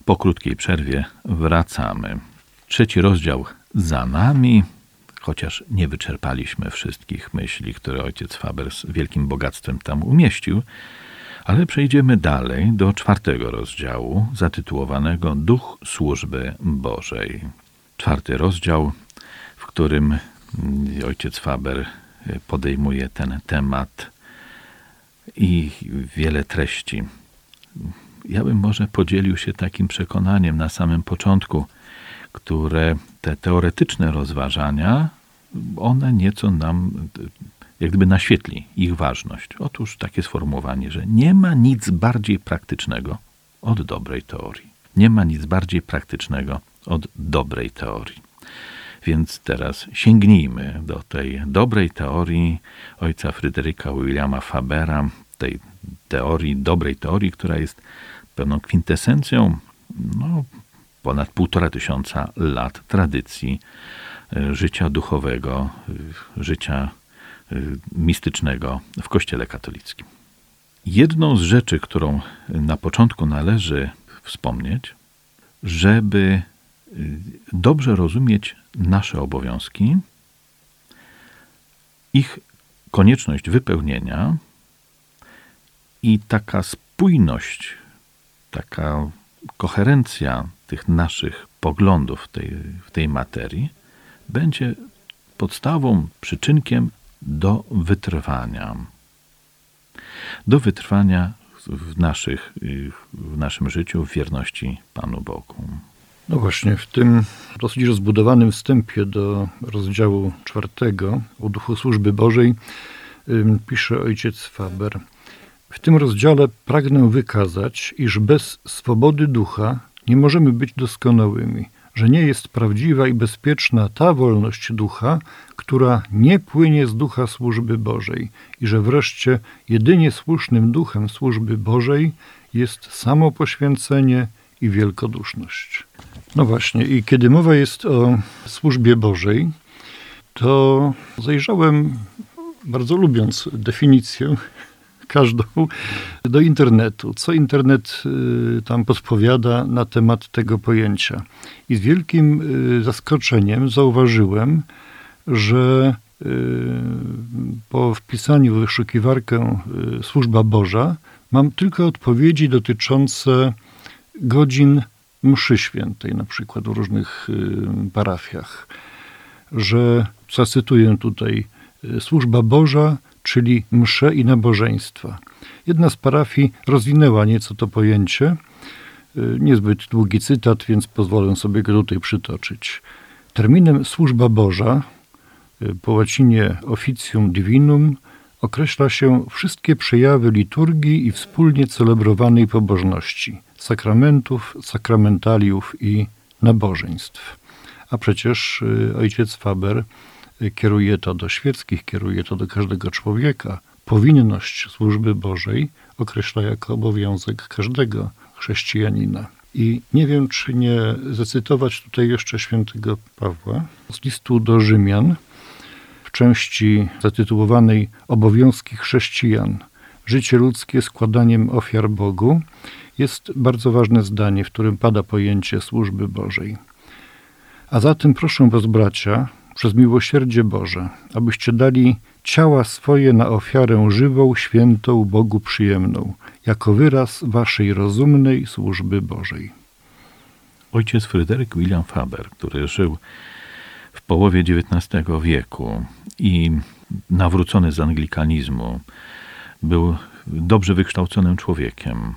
Po krótkiej przerwie wracamy. 3 rozdział za nami, chociaż nie wyczerpaliśmy wszystkich myśli, które ojciec Faber z wielkim bogactwem tam umieścił, ale przejdziemy dalej do 4 rozdziału, zatytułowanego Duch Służby Bożej. 4 rozdział, w którym ojciec Faber podejmuje ten temat i wiele treści. Ja bym może podzielił się takim przekonaniem na samym początku, które te teoretyczne rozważania, one nieco nam jak gdyby naświetli ich ważność. Otóż takie sformułowanie, że nie ma nic bardziej praktycznego od dobrej teorii. Nie ma nic bardziej praktycznego od dobrej teorii. Więc teraz sięgnijmy do tej dobrej teorii ojca Fryderyka Williama Fabera, tej teorii, dobrej teorii, która jest pewną kwintesencją ponad 1500 lat tradycji życia duchowego, życia mistycznego w Kościele katolickim. Jedną z rzeczy, którą na początku należy wspomnieć, żeby dobrze rozumieć nasze obowiązki, ich konieczność wypełnienia i taka spójność, taka koherencja tych naszych poglądów w tej materii będzie podstawą, przyczynkiem do wytrwania. Do wytrwania w naszym życiu, w wierności Panu Bogu. No właśnie, w tym dosyć rozbudowanym wstępie do rozdziału 4 o Duchu Służby Bożej pisze ojciec Faber: w tym rozdziale pragnę wykazać, iż bez swobody ducha nie możemy być doskonałymi, że nie jest prawdziwa i bezpieczna ta wolność ducha, która nie płynie z ducha służby Bożej i że wreszcie jedynie słusznym duchem służby Bożej jest samo poświęcenie i wielkoduszność. No właśnie, i kiedy mowa jest o służbie Bożej, to zajrzałem, bardzo lubiąc definicję każdą, do internetu. Co internet tam podpowiada na temat tego pojęcia. I z wielkim zaskoczeniem zauważyłem, że po wpisaniu w wyszukiwarkę służba Boża mam tylko odpowiedzi dotyczące godzin mszy świętej, na przykład w różnych parafiach, że, zacytuję tutaj, służba Boża, czyli msze i nabożeństwa. Jedna z parafii rozwinęła nieco to pojęcie, niezbyt długi cytat, więc pozwolę sobie go tutaj przytoczyć. Terminem służba Boża, po łacinie officium divinum, określa się wszystkie przejawy liturgii i wspólnie celebrowanej pobożności, sakramentów, sakramentaliów i nabożeństw. A przecież ojciec Faber kieruje to do świeckich, kieruje to do każdego człowieka. Powinność służby Bożej określa jako obowiązek każdego chrześcijanina. I nie wiem, czy nie zacytować tutaj jeszcze świętego Pawła z listu do Rzymian w części zatytułowanej Obowiązki chrześcijan. Życie ludzkie składaniem ofiar Bogu. Jest bardzo ważne zdanie, w którym pada pojęcie służby Bożej. A zatem proszę was, bracia, przez miłosierdzie Boże, abyście dali ciała swoje na ofiarę żywą, świętą, Bogu przyjemną, jako wyraz waszej rozumnej służby Bożej. Ojciec Fryderyk William Faber, który żył w połowie XIX wieku i nawrócony z anglikanizmu, był dobrze wykształconym człowiekiem.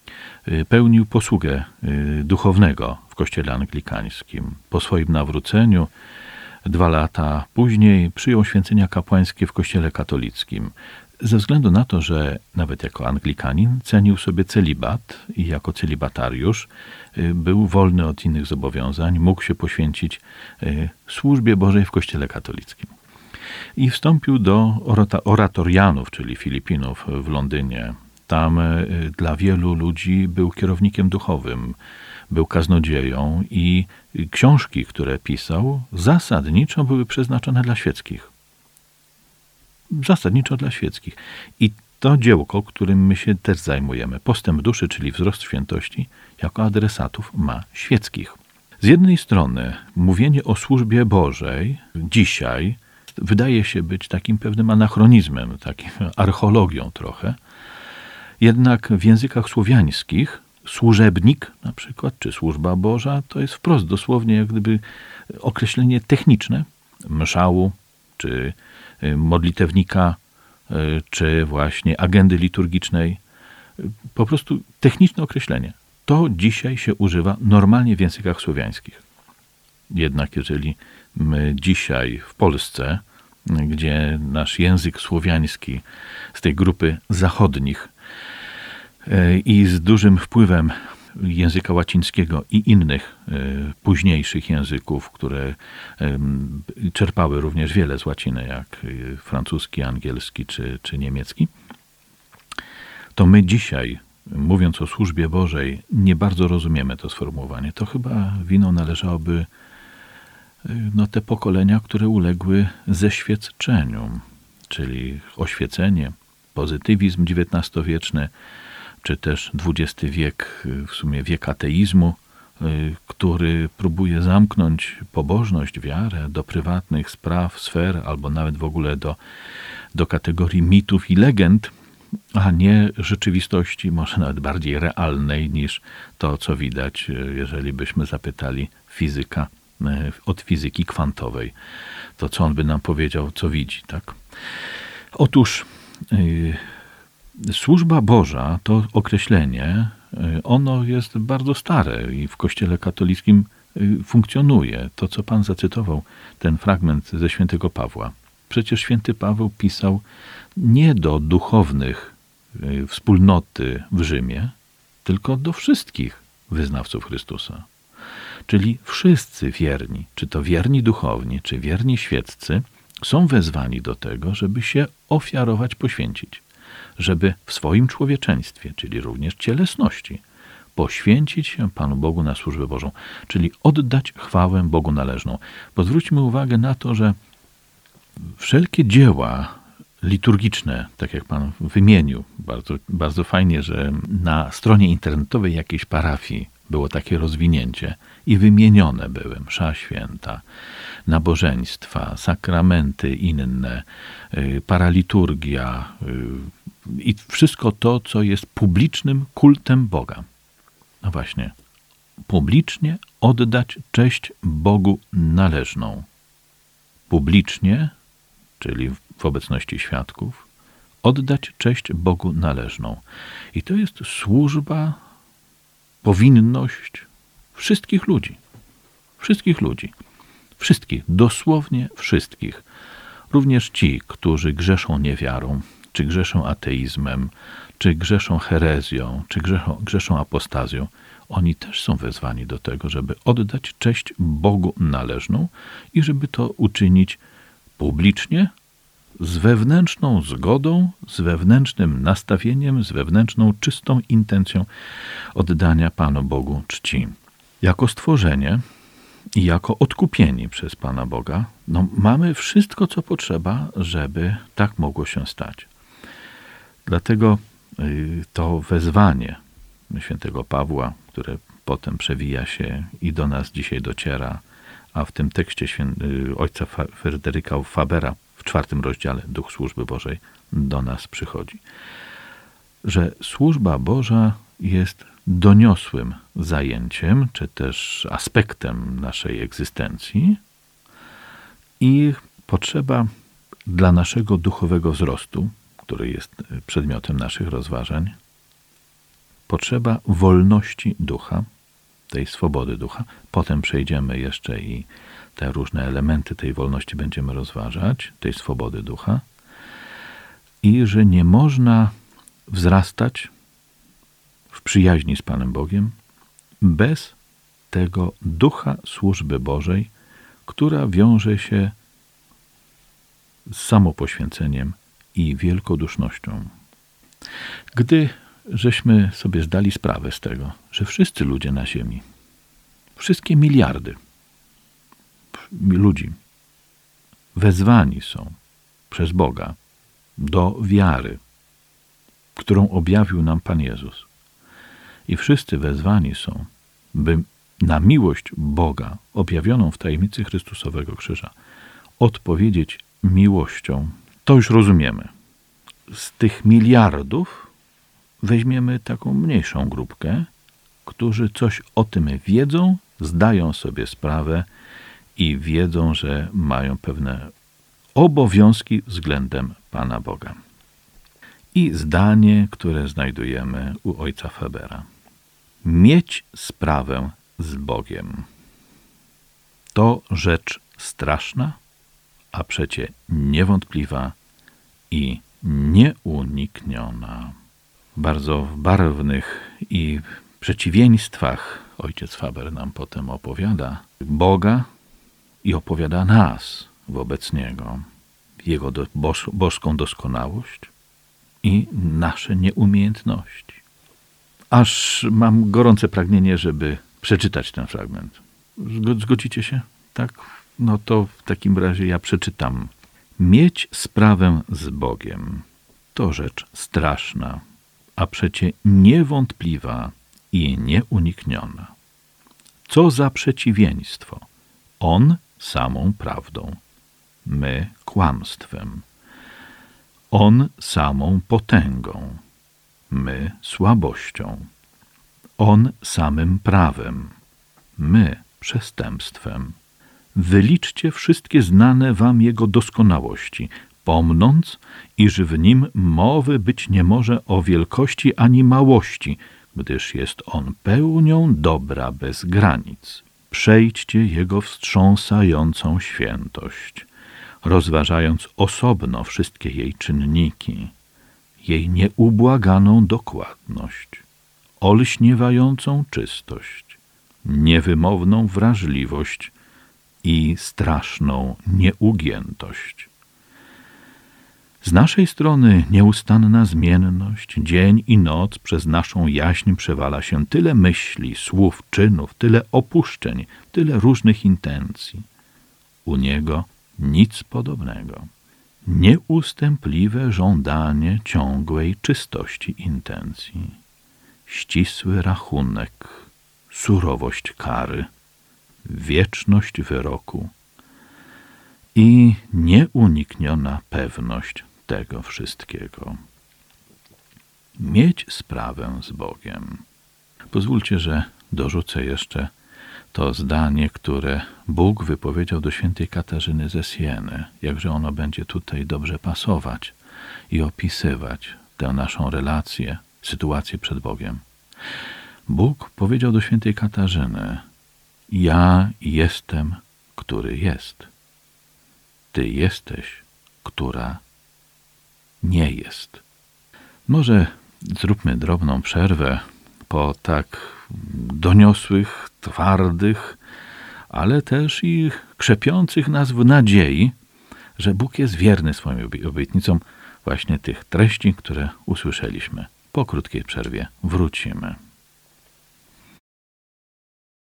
Pełnił posługę duchownego w kościele anglikańskim. Po swoim nawróceniu 2 lata później przyjął święcenia kapłańskie w kościele katolickim. Ze względu na to, że nawet jako anglikanin cenił sobie celibat i jako celibatariusz był wolny od innych zobowiązań, mógł się poświęcić służbie Bożej w kościele katolickim. I wstąpił do oratorianów, czyli Filipinów w Londynie. Tam dla wielu ludzi był kierownikiem duchowym, był kaznodzieją i książki, które pisał, zasadniczo były przeznaczone dla świeckich. Zasadniczo dla świeckich. I to dziełko, którym my się też zajmujemy. Postęp duszy, czyli wzrost świętości, jako adresatów ma świeckich. Z jednej strony mówienie o służbie Bożej dzisiaj wydaje się być takim pewnym anachronizmem, takim archeologią trochę. Jednak w językach słowiańskich służebnik na przykład, czy służba Boża, to jest wprost dosłownie jak gdyby określenie techniczne mszału, czy modlitewnika, czy właśnie agendy liturgicznej. Po prostu techniczne określenie. To dzisiaj się używa normalnie w językach słowiańskich. Jednak jeżeli my dzisiaj w Polsce, gdzie nasz język słowiański z tej grupy zachodnich i z dużym wpływem języka łacińskiego i innych późniejszych języków, które czerpały również wiele z łaciny, jak francuski, angielski czy niemiecki, to my dzisiaj, mówiąc o służbie Bożej, nie bardzo rozumiemy to sformułowanie. To chyba winą należałoby te pokolenia, które uległy zeświecczeniu, czyli oświecenie, pozytywizm XIX-wieczny, czy też XX wiek, w sumie wiek ateizmu, który próbuje zamknąć pobożność, wiarę do prywatnych spraw, sfer, albo nawet w ogóle do kategorii mitów i legend, a nie rzeczywistości, może nawet bardziej realnej niż to, co widać, jeżeli byśmy zapytali fizyka od fizyki kwantowej. To co on by nam powiedział, co widzi, tak? Otóż służba Boża, to określenie, ono jest bardzo stare i w Kościele katolickim funkcjonuje. To, co Pan zacytował, ten fragment ze świętego Pawła. Przecież święty Paweł pisał nie do duchownych wspólnoty w Rzymie, tylko do wszystkich wyznawców Chrystusa. Czyli wszyscy wierni, czy to wierni duchowni, czy wierni świeccy, są wezwani do tego, żeby się ofiarować, poświęcić. Żeby w swoim człowieczeństwie, czyli również cielesności, poświęcić się Panu Bogu na służbę Bożą, czyli oddać chwałę Bogu należną. Bo zwróćmy uwagę na to, że wszelkie dzieła liturgiczne, tak jak Pan wymienił, bardzo, bardzo fajnie, że na stronie internetowej jakiejś parafii było takie rozwinięcie i wymienione były msza święta, nabożeństwa, sakramenty inne, paraliturgia i wszystko to, co jest publicznym kultem Boga. No właśnie, publicznie oddać cześć Bogu należną. Publicznie, czyli w obecności świadków, oddać cześć Bogu należną. I to jest służba, powinność wszystkich ludzi. Wszystkich ludzi. Wszystkich, dosłownie wszystkich. Również ci, którzy grzeszą niewiarą, czy grzeszą ateizmem, czy grzeszą herezją, czy grzeszą apostazją, oni też są wezwani do tego, żeby oddać cześć Bogu należną i żeby to uczynić publicznie, z wewnętrzną zgodą, z wewnętrznym nastawieniem, z wewnętrzną, czystą intencją oddania Panu Bogu czci. Jako stworzenie i jako odkupieni przez Pana Boga, mamy wszystko, co potrzeba, żeby tak mogło się stać. Dlatego to wezwanie świętego Pawła, które potem przewija się i do nas dzisiaj dociera, a w tym tekście ojca Fryderyka Fabera w 4 rozdziale Duch Służby Bożej do nas przychodzi. Że służba Boża jest doniosłym zajęciem, czy też aspektem naszej egzystencji i potrzeba dla naszego duchowego wzrostu, który jest przedmiotem naszych rozważań, potrzeba wolności ducha, tej swobody ducha. Potem przejdziemy jeszcze i te różne elementy tej wolności będziemy rozważać, tej swobody ducha. I że nie można wzrastać w przyjaźni z Panem Bogiem bez tego ducha służby Bożej, która wiąże się z samopoświęceniem i wielkodusznością. Gdy żeśmy sobie zdali sprawę z tego, że wszyscy ludzie na ziemi, wszystkie miliardy ludzi wezwani są przez Boga do wiary którą objawił nam Pan Jezus. I wszyscy wezwani są, by na miłość Boga objawioną w tajemnicy Chrystusowego krzyża odpowiedzieć miłością. To już rozumiemy. Z tych miliardów weźmiemy taką mniejszą grupkę, którzy coś o tym wiedzą, zdają sobie sprawę i wiedzą, że mają pewne obowiązki względem Pana Boga. I zdanie, które znajdujemy u ojca Febera. Mieć sprawę z Bogiem. To rzecz straszna, a przecie niewątpliwa i nieunikniona. Bardzo w barwnych i przeciwieństwach ojciec Faber nam potem opowiada Boga i opowiada nas wobec Niego, Jego boską doskonałość i nasze nieumiejętności. Aż mam gorące pragnienie, żeby przeczytać ten fragment. Zgodzicie się? Tak? No to w takim razie ja przeczytam. Mieć sprawę z Bogiem to rzecz straszna, a przecie niewątpliwa i nieunikniona. Co za przeciwieństwo? On samą prawdą, my kłamstwem. On samą potęgą, my słabością. On samym prawem, my przestępstwem. Wyliczcie wszystkie znane wam Jego doskonałości, pomnąc, iż w Nim mowy być nie może o wielkości ani małości, gdyż jest On pełnią dobra bez granic. Przejdźcie Jego wstrząsającą świętość, rozważając osobno wszystkie jej czynniki, jej nieubłaganą dokładność, olśniewającą czystość, niewymowną wrażliwość i straszną nieugiętość. Z naszej strony nieustanna zmienność, dzień i noc przez naszą jaźń przewala się tyle myśli, słów, czynów, tyle opuszczeń, tyle różnych intencji. U Niego nic podobnego. Nieustępliwe żądanie ciągłej czystości intencji, ścisły rachunek, surowość kary, wieczność wyroku i nieunikniona pewność tego wszystkiego. Mieć sprawę z Bogiem. Pozwólcie, że dorzucę jeszcze to zdanie, które Bóg wypowiedział do świętej Katarzyny ze Sieny. Jakże ono będzie tutaj dobrze pasować i opisywać tę naszą relację, sytuację przed Bogiem. Bóg powiedział do świętej Katarzyny: ja jestem, który jest. Ty jesteś, która nie jest. Może zróbmy drobną przerwę po tak doniosłych, twardych, ale też i krzepiących nas w nadziei, że Bóg jest wierny swoim obietnicom, właśnie tych treści, które usłyszeliśmy. Po krótkiej przerwie wrócimy.